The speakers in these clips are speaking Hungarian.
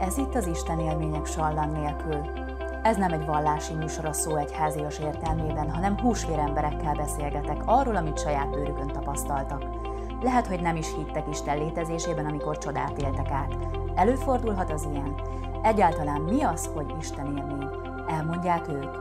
Ez itt az Isten élmények sallang nélkül. Ez nem egy vallási műsor a szó egyházias értelmében, hanem húsvér emberekkel beszélgetek arról, amit saját bőrükön tapasztaltak. Lehet, hogy nem is hittek Isten létezésében, amikor csodát éltek át. Előfordulhat az ilyen. Egyáltalán mi az, hogy Isten élmény? Elmondják ők?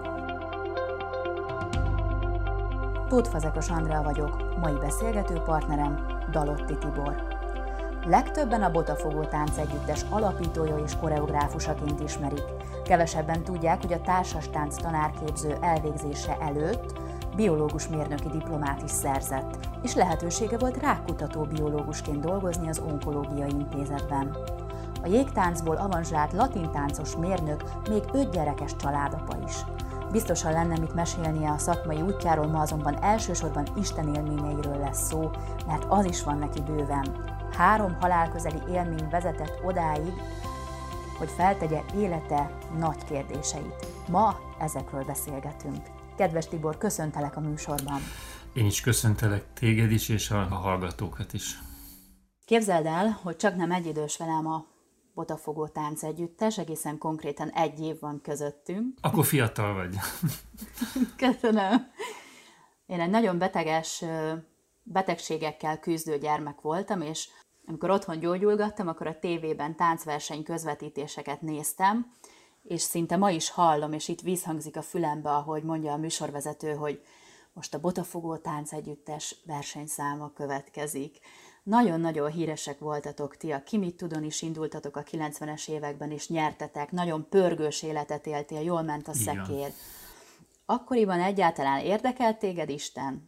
Tóth Fazekas Andrea vagyok, mai beszélgető partnerem Dalotti Tibor. Legtöbben a Botafogo táncegyüttes alapítója és koreográfusaként ismerik. Kevesebben tudják, hogy a társas tánc tanárképző elvégzése előtt biológus mérnöki diplomát is szerzett, és lehetősége volt rákkutató biológusként dolgozni az Onkológiai Intézetben. A jégtáncból avanzsált latintáncos mérnök még 5 gyerekes családapa is. Biztosan lenne mit mesélnie a szakmai útjáról, ma azonban elsősorban Isten élményeiről lesz szó, mert az is van neki bőven. 3 halálközeli élmény vezetett odáig, hogy feltegye élete nagy kérdéseit. Ma ezekről beszélgetünk. Kedves Tibor, köszöntelek a műsorban. Én is köszöntelek téged is, és a hallgatókat is. Képzeld el, hogy csak nem egyidős velem a Botafogo táncegyüttes, egészen konkrétan 1 év van közöttünk. Akkor fiatal vagy. Köszönöm. Én egy nagyon betegségekkel küzdő gyermek voltam, és amikor otthon gyógyulgattam, akkor a tévében táncverseny közvetítéseket néztem, és szinte ma is hallom, és itt visszhangzik a fülembe, ahogy mondja a műsorvezető, hogy most a Botafogo táncegyüttes versenyszáma következik. Nagyon-nagyon híresek voltatok ti, a Ki mit tudon is indultatok a 90-es években, és nyertetek, nagyon pörgős életet éltél, jól ment a szekér. Akkoriban egyáltalán érdekelt téged Isten?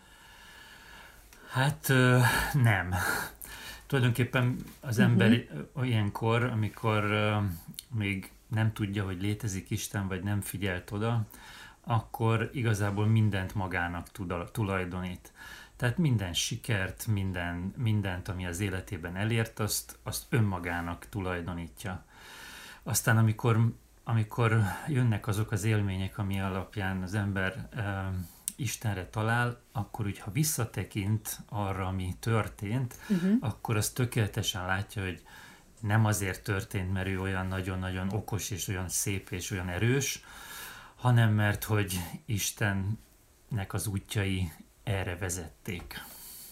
Hát nem. Tulajdonképpen az ember olyankor, amikor még nem tudja, hogy létezik Isten, vagy nem figyelt oda, akkor igazából mindent magának tulajdonít. Tehát minden sikert, mindent, ami az életében elért, azt önmagának tulajdonítja. Aztán amikor jönnek azok az élmények, ami alapján az ember Istenre talál, akkor úgy, ha visszatekint arra, ami történt, akkor az tökéletesen látja, hogy nem azért történt, mert ő olyan nagyon-nagyon okos, és olyan szép, és olyan erős, hanem mert, hogy Istennek az útjai erre vezették.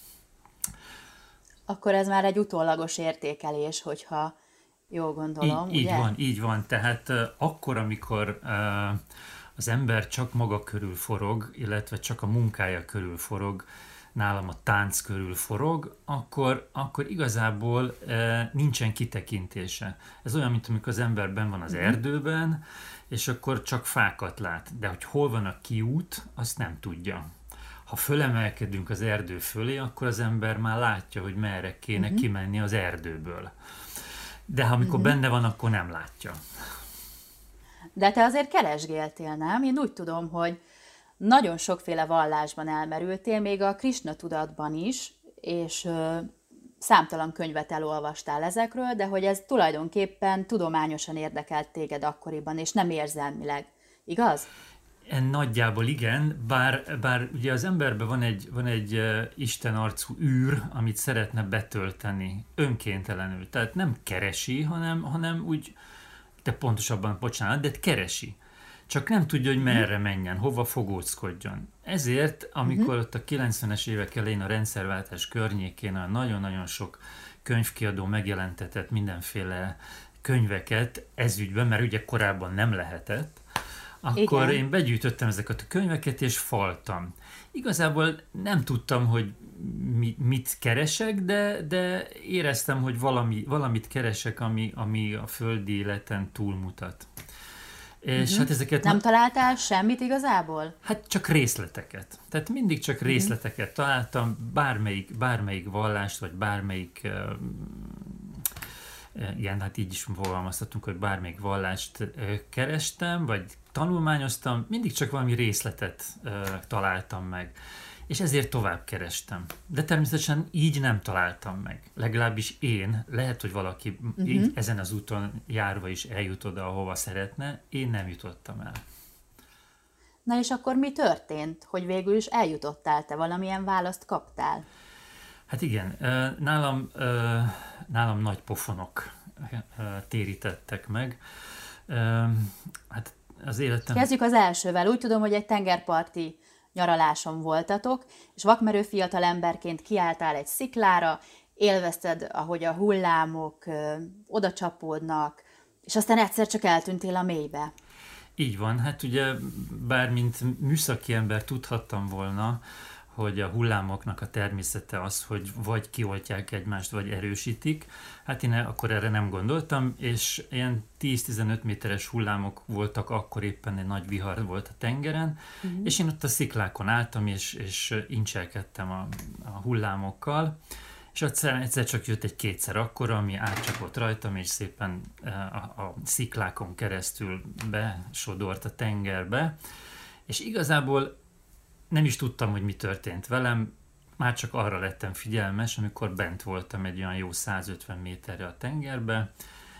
Akkor ez már egy utólagos értékelés, hogyha jól gondolom, ugye? Így van. Tehát akkor, amikor az ember csak maga körül forog, illetve csak a munkája körül forog, nálam a tánc körül forog, akkor igazából nincsen kitekintése. Ez olyan, mint amikor az ember benn van az erdőben, és akkor csak fákat lát. De hogy hol van a kiút, azt nem tudja. Ha fölemelkedünk az erdő fölé, akkor az ember már látja, hogy merre kéne kimenni az erdőből. De ha amikor benne van, akkor nem látja. De te azért keresgéltél, nem? Én úgy tudom, hogy nagyon sokféle vallásban elmerültél, még a Krisna tudatban is, és számtalan könyvet elolvastál ezekről, de hogy ez tulajdonképpen tudományosan érdekelt téged akkoriban, és nem érzelmileg. Igaz? Nagyjából igen, bár ugye az emberben van egy Isten arcú űr, amit szeretne betölteni önkéntelenül. Tehát nem keresi, hanem úgy, de pontosabban, bocsánat, de keresi. Csak nem tudja, hogy merre menjen, hova fogóckodjon. Ezért, amikor ott a 90-es évek elején a rendszerváltás környékén a nagyon-nagyon sok könyvkiadó megjelentetett mindenféle könyveket ezügyben, mert ugye korábban nem lehetett, akkor én begyűjtöttem ezeket a könyveket, és faltam. Igazából nem tudtam, hogy mit keresek, de éreztem, hogy valamit keresek, ami a földi életen túlmutat. És hát ezeket nem találtál semmit igazából? Hát csak részleteket. Tehát mindig csak részleteket találtam, bármelyik vallást, vagy bármelyik ilyen, hát így is fogalmaztatunk, hogy bármelyik vallást kerestem, vagy tanulmányoztam, mindig csak valami részletet találtam meg. És ezért tovább kerestem. De természetesen így nem találtam meg. Legalábbis én, lehet, hogy valaki így ezen az úton járva is eljut oda, ahova szeretne, én nem jutottam el. Na és akkor mi történt, hogy végül is eljutottál, te valamilyen választ kaptál? Hát igen, nálam nagy pofonok térítettek meg. Hát az életem... Kezdjük az elsővel. Úgy tudom, hogy egy tengerparti nyaraláson voltatok, és vakmerő fiatalemberként kiálltál egy sziklára, élvezted, ahogy a hullámok oda csapódnak, és aztán egyszer csak eltűntél a mélybe. Így van, hát ugye bár mint műszaki ember tudhattam volna, hogy a hullámoknak a természete az, hogy vagy kioltják egymást, vagy erősítik. Hát én akkor erre nem gondoltam, és ilyen 10-15 méteres hullámok voltak, akkor éppen egy nagy vihar volt a tengeren, és én ott a sziklákon álltam, és incselkedtem a hullámokkal, és egyszer csak jött egy kétszer akkora, ami átcsapott rajtam, és szépen a sziklákon keresztül besodort a tengerbe, és igazából nem is tudtam, hogy mi történt velem, már csak arra lettem figyelmes, amikor bent voltam egy olyan jó 150 méterre a tengerbe,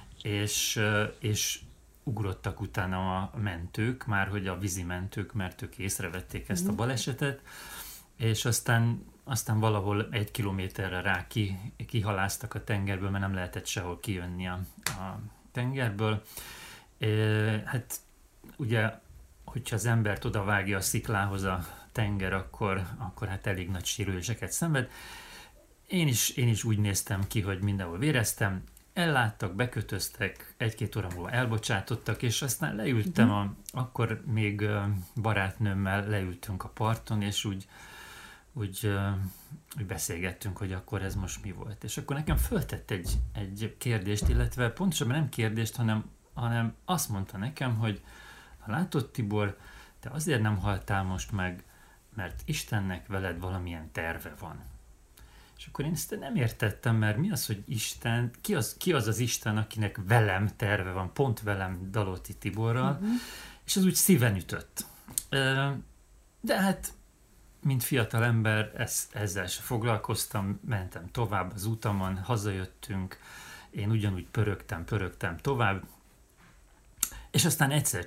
és ugrottak utána a mentők, már hogy a vízimentők, mert ők észrevették ezt a balesetet, és aztán valahol 1 kilométerre rá kihaláztak a tengerből, mert nem lehetett sehol kijönni a tengerből. Hát ugye, hogyha az embert odavágja a sziklához a tenger, akkor hát elég nagy sérüléseket szenved. Én is úgy néztem ki, hogy mindenhol véreztem, elláttak, bekötöztek, 1-2 óra múlva elbocsátottak, és aztán leültem, akkor még barátnőmmel leültünk a parton, és úgy beszélgettünk, hogy akkor ez most mi volt. És akkor nekem föltett egy kérdést, illetve pontosabban nem kérdést, hanem azt mondta nekem, hogy látod, Tibor, te azért nem haltál most meg, mert Istennek veled valamilyen terve van. És akkor én ezt nem értettem, mert mi az, hogy Isten, ki az az Isten, akinek velem terve van, pont velem, Dalotti Tiborral, és az úgy szíven ütött. De hát, mint fiatal ember, ezzel se foglalkoztam, mentem tovább az utamon, hazajöttünk, én ugyanúgy pörögtem tovább, és aztán egyszer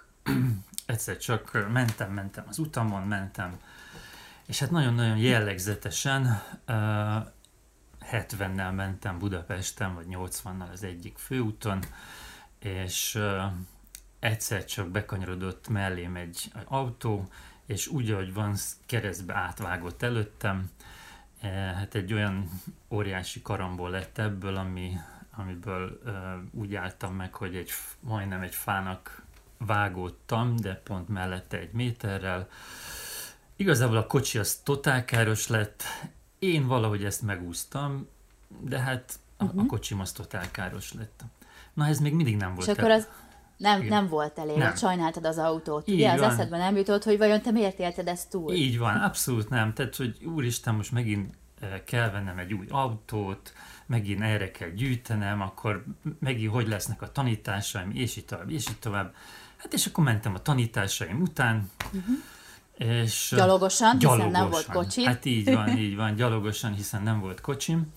csak mentem az utamon, és hát nagyon-nagyon jellegzetesen 70-nel mentem Budapesten, vagy 80-nal az egyik főúton, és egyszer csak bekanyarodott mellém egy autó, és úgy, ahogy van, keresztbe átvágott előttem. Hát egy olyan óriási karambol lett ebből, amiből úgy álltam meg, hogy majdnem egy fának vágódtam, de pont mellette 1 méterrel. Igazából a kocsi az totál káros lett, én valahogy ezt megúsztam, de hát a kocsim az totál káros lett. Na ez még mindig nem volt. És akkor az nem volt elég, nem. Sajnáltad az autót. Így ugye van. Az eszedbe nem jutott, hogy vajon te miért élted ezt túl? Így van, abszolút nem. Tehát, hogy úristen, most megint kell vennem egy új autót, megint erre kell gyűjtenem, akkor megint hogy lesznek a tanításaim, és így tovább. Hát és akkor mentem a tanításaim után, és gyalogosan, hiszen nem volt kocsi. Hát így van, gyalogosan, hiszen nem volt kocsim.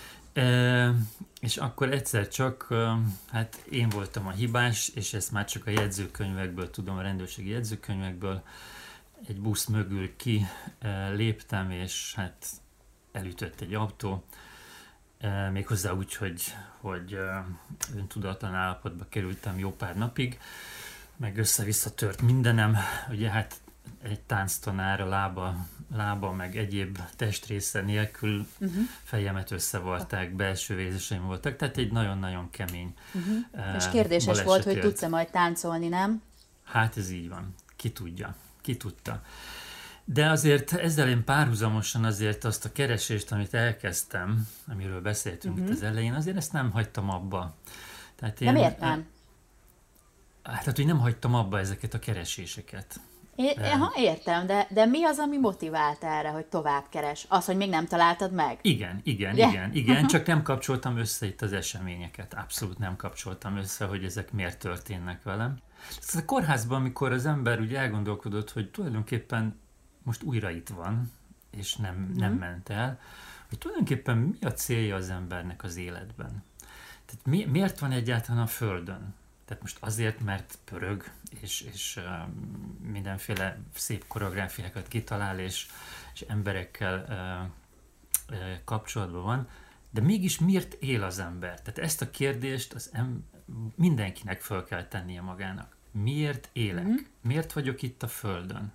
És akkor egyszer csak, hát én voltam a hibás, és ezt már csak a jegyzőkönyvekből tudom, a rendőrségi jegyzőkönyvekből, egy busz mögül léptem, és hát elütött egy autó, méghozzá úgy, hogy öntudatlan állapotba kerültem jó pár napig, meg össze-vissza tört mindenem, ugye hát egy tánctanár a lába meg egyéb testrésze nélkül fejemet összevarták, belső vérzéseim voltak, tehát egy nagyon-nagyon kemény És kérdéses volt, hogy tudsz-e majd táncolni, nem? Hát ez így van, ki tudta. De azért ezzel én párhuzamosan azért azt a keresést, amit elkezdtem, amiről beszéltünk itt az elején, azért ezt nem hagytam abba. Tehát de miért nem? Hát, hogy nem hagytam abba ezeket a kereséseket. Értem, de mi az, ami motivált erre, hogy tovább keres? Az, hogy még nem találtad meg? Igen, csak nem kapcsoltam össze itt az eseményeket. Abszolút nem kapcsoltam össze, hogy ezek miért történnek velem. A kórházban, amikor az ember úgy elgondolkodott, hogy tulajdonképpen most újra itt van, és nem ment el, hogy tulajdonképpen mi a célja az embernek az életben. Tehát miért van egyáltalán a Földön? Tehát most azért, mert pörög, és mindenféle szép koreográfiákat kitalál, és emberekkel kapcsolatban van, De mégis miért él az ember? Tehát ezt a kérdést mindenkinek föl kell tennie magának. Miért élek? Miért vagyok itt a Földön?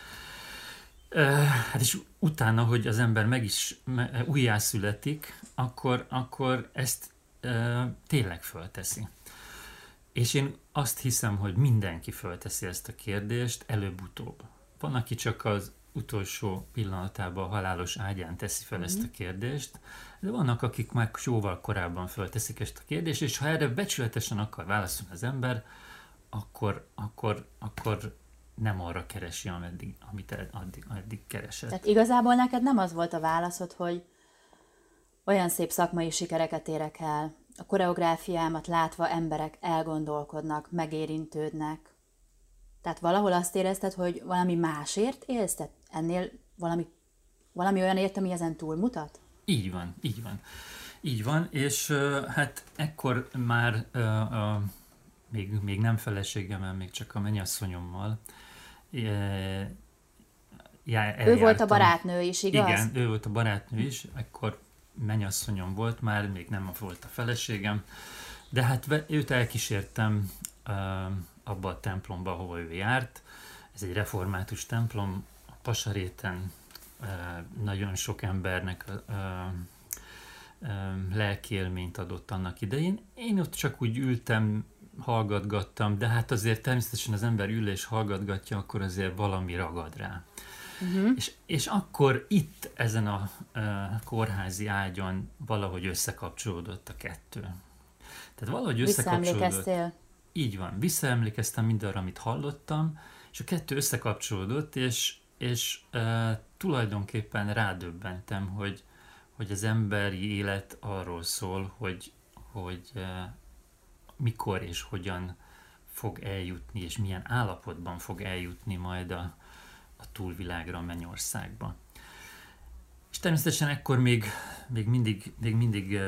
Hát és utána, hogy az ember újjászületik, akkor ezt tényleg fölteszi. És én azt hiszem, hogy mindenki fölteszi ezt a kérdést előbb-utóbb. Van, aki csak az utolsó pillanatában a halálos ágyán teszi fel ezt a kérdést, de vannak, akik már jóval korábban fölteszik ezt a kérdést, és ha erre becsületesen akar válaszolni az ember, akkor nem arra keresi, amit addig keresett. Tehát igazából neked nem az volt a válaszod, hogy olyan szép szakmai sikereket érek el, a koreográfiámat látva emberek elgondolkodnak, megérintődnek. Tehát valahol azt érezted, hogy valami másért élsz? Tehát ennél valami olyan ért, ami ezen túlmutat? Így van. Így van, és hát ekkor már még nem feleségemmel, még csak a mennyasszonyommal ő volt a barátnő is, igaz? Igen, ő volt a barátnő is, ekkor mennyasszonyom volt már, még nem volt a feleségem, de hát őt elkísértem abba a templomba, ahova ő járt. Ez egy református templom, a Pasaréten nagyon sok embernek lelki élményt adott annak idején. Én ott csak úgy ültem, hallgatgattam, de hát azért természetesen az ember ül és hallgatgatja, akkor azért valami ragad rá. És akkor itt ezen a kórházi ágyon valahogy összekapcsolódott a kettő. Tehát valahogy összekapcsolódott. Így van, visszaemlékeztem mindarra, amit hallottam, és a kettő összekapcsolódott, és tulajdonképpen rádöbbentem, hogy az emberi élet arról szól, hogy mikor és hogyan fog eljutni, és milyen állapotban fog eljutni majd a túlvilágra, a mennyországba. És természetesen ekkor még mindig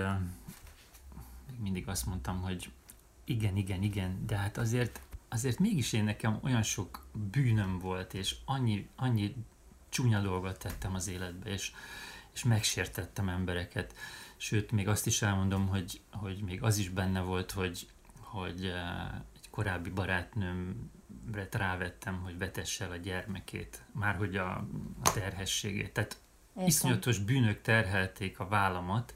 azt mondtam, hogy igen, de hát azért mégis én nekem olyan sok bűnöm volt, és annyi csúnya dolgot tettem az életbe, és megsértettem embereket. Sőt, még azt is elmondom, hogy még az is benne volt, hogy egy korábbi barátnőmre rávettem, hogy vetesse el a gyermekét, márhogy a terhességét. Tehát iszonyatos bűnök terhelték a vállamat,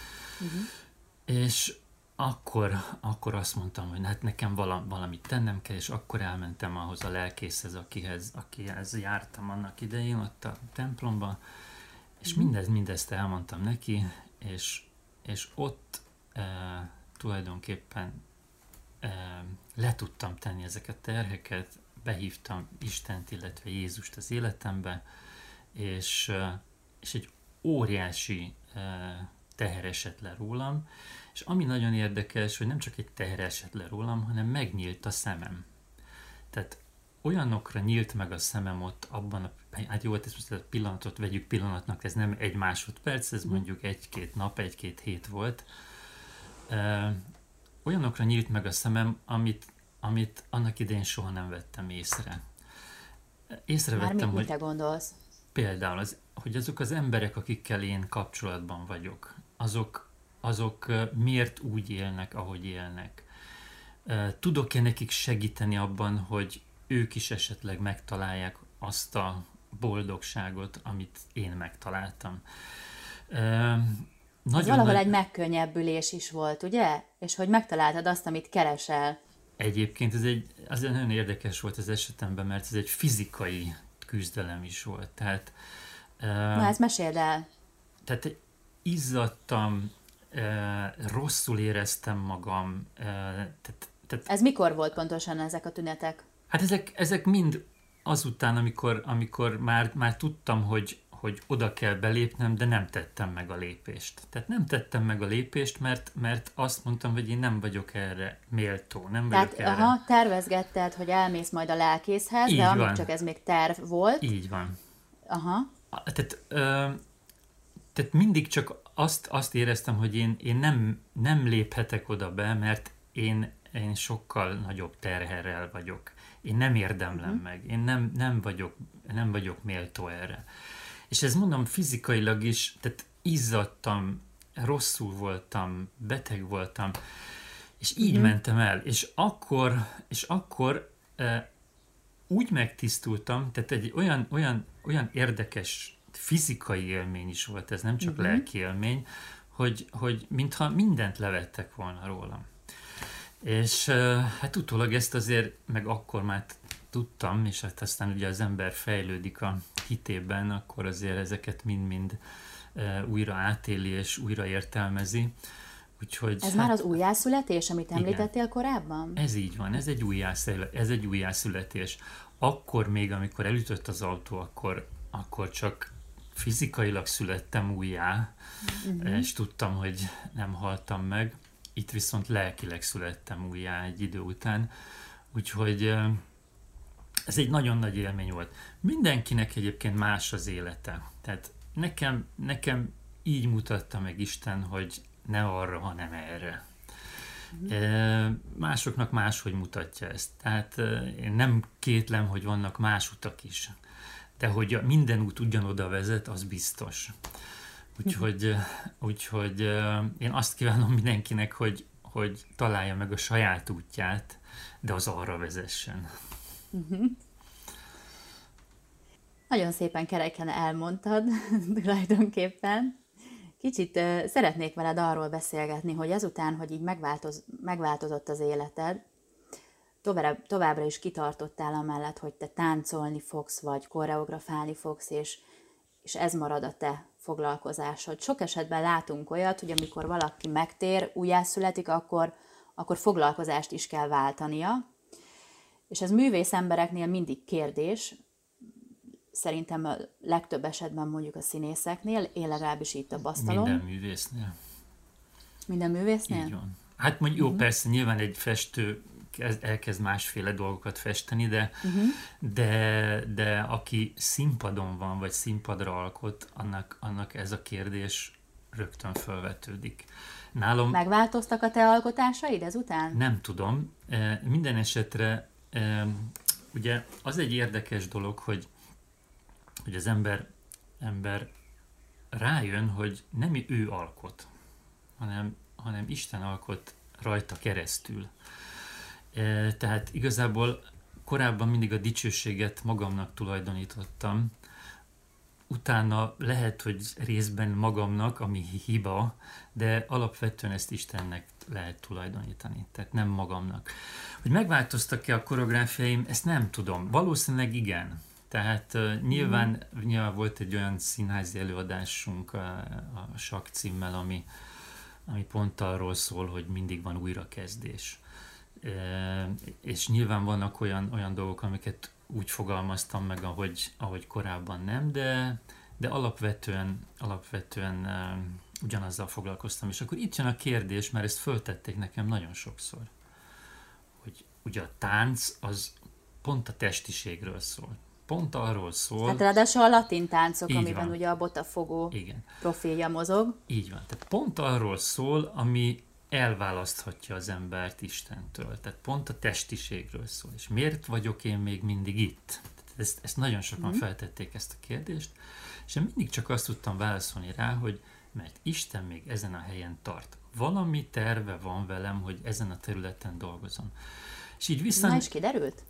és akkor azt mondtam, hogy hát nekem valamit tennem kell, és akkor elmentem ahhoz a lelkészhez, akihez jártam annak idején, ott a templomban, és mindezt elmondtam neki, és ott tulajdonképpen le tudtam tenni ezeket a terheket, behívtam Istent, illetve Jézust az életembe, és egy óriási teher esett le rólam, és ami nagyon érdekes, hogy nem csak egy teher esett le rólam, hanem megnyílt a szemem. Tehát olyanokra nyílt meg a szemem ott abban hát jó, ezt most a pillanatot vegyük pillanatnak, ez nem egy másodperc, ez mondjuk egy-két nap, egy-két hét volt. Olyanokra nyílt meg a szemem, amit annak idején soha nem vettem észre. Észrevettem, hogy te gondolsz? Például, hogy azok az emberek, akikkel én kapcsolatban vagyok, azok miért úgy élnek, ahogy élnek. Tudok-e nekik segíteni abban, hogy ők is esetleg megtalálják azt a boldogságot, amit én megtaláltam. Ez valahol egy megkönnyebbülés is volt, ugye? És hogy megtaláltad azt, amit keresel. Egyébként ez nagyon érdekes volt az esetemben, mert ez egy fizikai küzdelem is volt. Tehát, na, ezt meséld el. Tehát izzadtam, rosszul éreztem magam. Ez mikor volt pontosan ezek a tünetek? Hát ezek mind azután, amikor már tudtam, hogy oda kell belépnem, de nem tettem meg a lépést. Tehát nem tettem meg a lépést, mert azt mondtam, hogy én nem vagyok erre méltó, nem vagyok erre. Tehát tervezgetted, hogy elmész majd a lelkészhez, de amíg csak ez még terv volt. Így van. Aha. Tehát mindig csak azt éreztem, hogy én nem léphetek oda be, mert én sokkal nagyobb terherrel vagyok. Én nem érdemlem meg. Én nem vagyok méltó erre. És ez mondom fizikailag is, tehát izzadtam, rosszul voltam, beteg voltam, és így mentem el, és akkor úgy megtisztultam, tehát egy olyan érdekes fizikai élmény is volt ez, nem csak lelki élmény, hogy mintha mindent levettek volna rólam. És hát utólag ezt azért, meg akkor már tudtam, és hát aztán ugye az ember fejlődik a hitében, akkor azért ezeket mind-mind újra átéli és újra értelmezi. Úgyhogy, ez már az újjászületés, amit említettél korábban? Ez így van, ez egy újjászületés. Akkor még, amikor elütött az autó, akkor csak fizikailag születtem újjá, és tudtam, hogy nem haltam meg. Itt viszont lelkileg születtem újjá egy idő után. Úgyhogy ez egy nagyon nagy élmény volt. Mindenkinek egyébként más az élete. Tehát nekem így mutatta meg Isten, hogy ne arra, hanem erre. Másoknak máshogy mutatja ezt. Tehát én nem kétlem, hogy vannak más utak is. De hogy minden út ugyanoda vezet, az biztos. Úgyhogy én azt kívánom mindenkinek, hogy találja meg a saját útját, de az arra vezessen. Nagyon szépen kereken elmondtad tulajdonképpen. Kicsit szeretnék veled arról beszélgetni, hogy ezután, hogy így megváltozott az életed, továbbra is kitartottál amellett, hogy te táncolni fogsz, vagy koreografálni fogsz, és ez marad a te foglalkozásod. Sok esetben látunk olyat, hogy amikor valaki megtér, újjászületik, akkor foglalkozást is kell váltania. És ez művész embereknél mindig kérdés, szerintem a legtöbb esetben mondjuk a színészeknél, én legalábbis így tapasztalom. Minden művésznél. Minden művésznél? Így van. Hát mondjuk jó, persze nyilván egy festő elkezd másféle dolgokat festeni, de aki színpadon van, vagy színpadra alkot, annak ez a kérdés rögtön felvetődik. Nálam... Megváltoztak a te alkotásaid ezután? Nem tudom. Minden esetre ugye az egy érdekes dolog, hogy az ember rájön, hogy nem ő alkot, hanem Isten alkot rajta keresztül. Tehát igazából korábban mindig a dicsőséget magamnak tulajdonítottam, utána lehet, hogy részben magamnak, ami hiba, de alapvetően ezt Istennek lehet tulajdonítani, tehát nem magamnak. Hogy megváltoztak-e a koreográfiáim, ezt nem tudom. Valószínűleg igen. Tehát nyilván volt egy olyan színházi előadásunk a Sakk címmel, ami pont arról szól, hogy mindig van újrakezdés. És nyilván vannak olyan dolgok, amiket úgy fogalmaztam meg, ahogy korábban nem, de alapvetően ugyanazzal foglalkoztam. És akkor itt jön a kérdés, mert ezt föltették nekem nagyon sokszor, hogy ugye a tánc az pont a testiségről szól. Pont arról szól... Hát ráadásul a latin táncok, amiben van. ugye a Botafogo profilja mozog. Így van. Tehát pont arról szól, ami elválaszthatja az embert Istentől. Tehát pont a testiségről szól. És miért vagyok én még mindig itt? Ezt nagyon sokan feltették ezt a kérdést, és én mindig csak azt tudtam válaszolni rá, hogy mert Isten még ezen a helyen tart. Valami terve van velem, hogy ezen a területen dolgozom. És így Na és kiderült?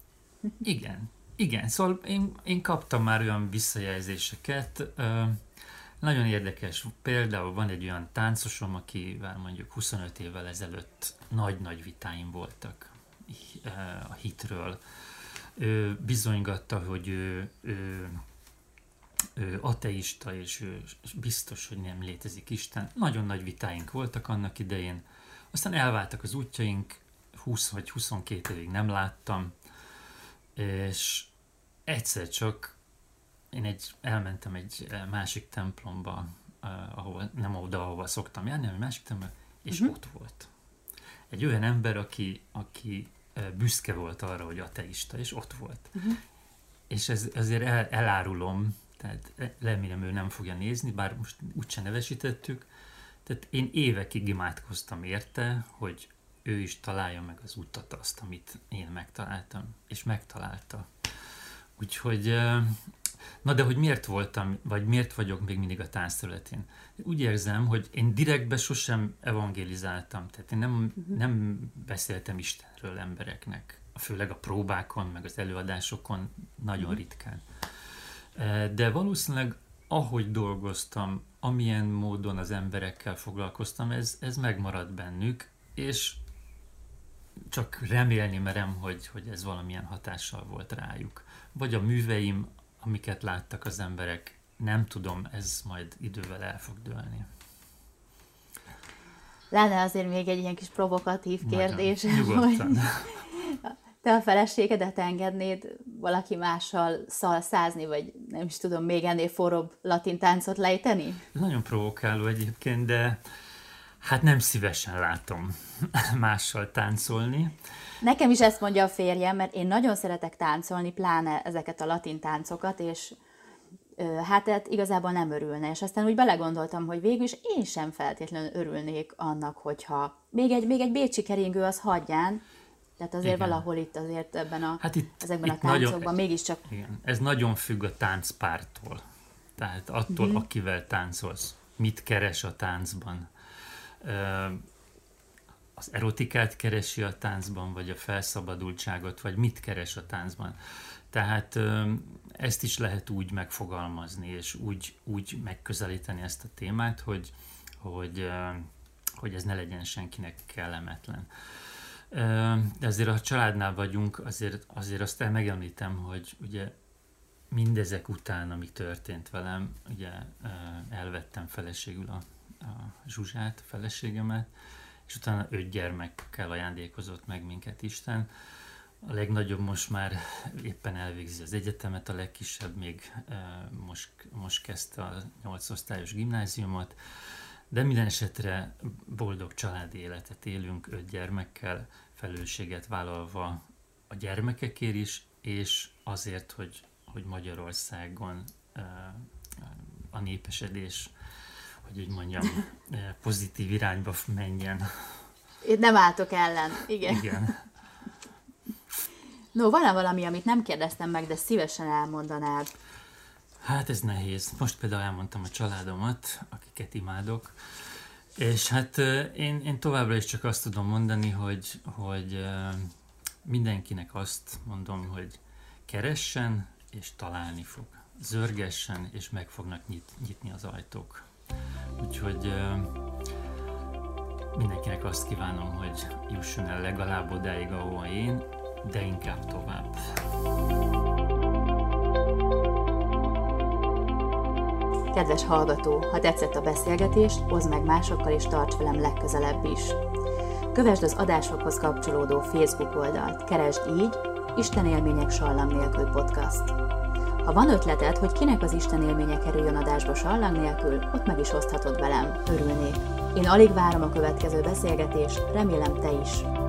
Igen, szóval én kaptam már olyan visszajelzéseket, nagyon érdekes, például van egy olyan táncosom, akivel mondjuk 25 évvel ezelőtt nagy-nagy vitáim voltak a hitről. Ő bizonygatta, hogy ő ateista, és ő biztos, hogy nem létezik Isten. Nagyon nagy vitáink voltak annak idején. Aztán elváltak az útjaink, 20 vagy 22 évig nem láttam, és egyszer csak én elmentem egy másik templomba, nem oda, ahova szoktam járni, hanem egy másik templomba, és ott volt. Egy olyan ember, aki büszke volt arra, hogy ateista, és ott volt. És azért elárulom, tehát remélem ő nem fogja nézni, bár most úgyse nevesítettük. Tehát én évekig imádkoztam érte, hogy ő is találja meg az utat, azt, amit én megtaláltam, és megtalálta. Úgyhogy Na de hogy miért voltam, vagy miért vagyok még mindig a táncterületén? Úgy érzem, hogy én direktbe sosem evangélizáltam, tehát én nem beszéltem Istenről embereknek, főleg a próbákon, meg az előadásokon nagyon ritkán. De valószínűleg ahogy dolgoztam, amilyen módon az emberekkel foglalkoztam, ez megmaradt bennük, és csak remélni merem, hogy ez valamilyen hatással volt rájuk. Vagy a műveim, amiket láttak az emberek, nem tudom, ez majd idővel el fog dőlni. Lenne azért még egy ilyen kis provokatív kérdés, hogy te a feleségedet engednéd valaki mással szalszázni, vagy nem is tudom, még ennél forróbb latin táncot lejteni? Nagyon provokáló egyébként, de hát nem szívesen látom mással táncolni. Nekem is ezt mondja a férjem, mert én nagyon szeretek táncolni, pláne ezeket a latin táncokat, és hát igazából nem örülne. És aztán úgy belegondoltam, hogy végül is én sem feltétlenül örülnék annak, hogyha még egy bécsi keringő az hagyján, tehát azért igen. Valahol itt azért ezekben a táncokban nagyon, mégiscsak... Igen. Ez nagyon függ a táncpártól. Tehát attól, akivel táncolsz, mit keres a táncban. Az erotikát keresi a táncban, vagy a felszabadultságot, vagy mit keres a táncban. Tehát ezt is lehet úgy megfogalmazni, és úgy megközelíteni ezt a témát, hogy ez ne legyen senkinek kellemetlen. De azért, ha családnál vagyunk, azért azt megemlítem, hogy ugye mindezek után, ami történt velem, ugye elvettem feleségül a Zsuzsát, a feleségemet, és utána 5 gyermekkel ajándékozott meg minket Isten. A legnagyobb most már éppen elvégzi az egyetemet, a legkisebb még most kezdte a 8 osztályos gimnáziumot, de minden esetre boldog családi életet élünk 5 gyermekkel, felelősséget vállalva a gyermekekért is, és azért, hogy Magyarországon a népesedés, hogy úgy mondjam, pozitív irányba menjen. Én nem álltok ellen, igen. Igen. No, van-e valami, amit nem kérdeztem meg, de szívesen elmondanád? Hát ez nehéz. Most például elmondtam a családomat, akiket imádok, és hát én továbbra is csak azt tudom mondani, hogy mindenkinek azt mondom, hogy keressen, és találni fog. Zörgessen, és meg fognak nyitni az ajtók. Úgyhogy mindenkinek azt kívánom, hogy jusson el legalább odáig, ahol én, de inkább tovább. Kedves hallgató, ha tetszett a beszélgetés, oszd meg másokkal és tarts velem legközelebb is. Kövesd az adásokhoz kapcsolódó Facebook oldalt, keresd így Isten élmények sallang nélkül podcast. Ha van ötleted, hogy kinek az Isten élménye kerüljön adásba sallang nélkül, ott meg is oszthatod velem, örülnék. Én alig várom a következő beszélgetést, remélem te is.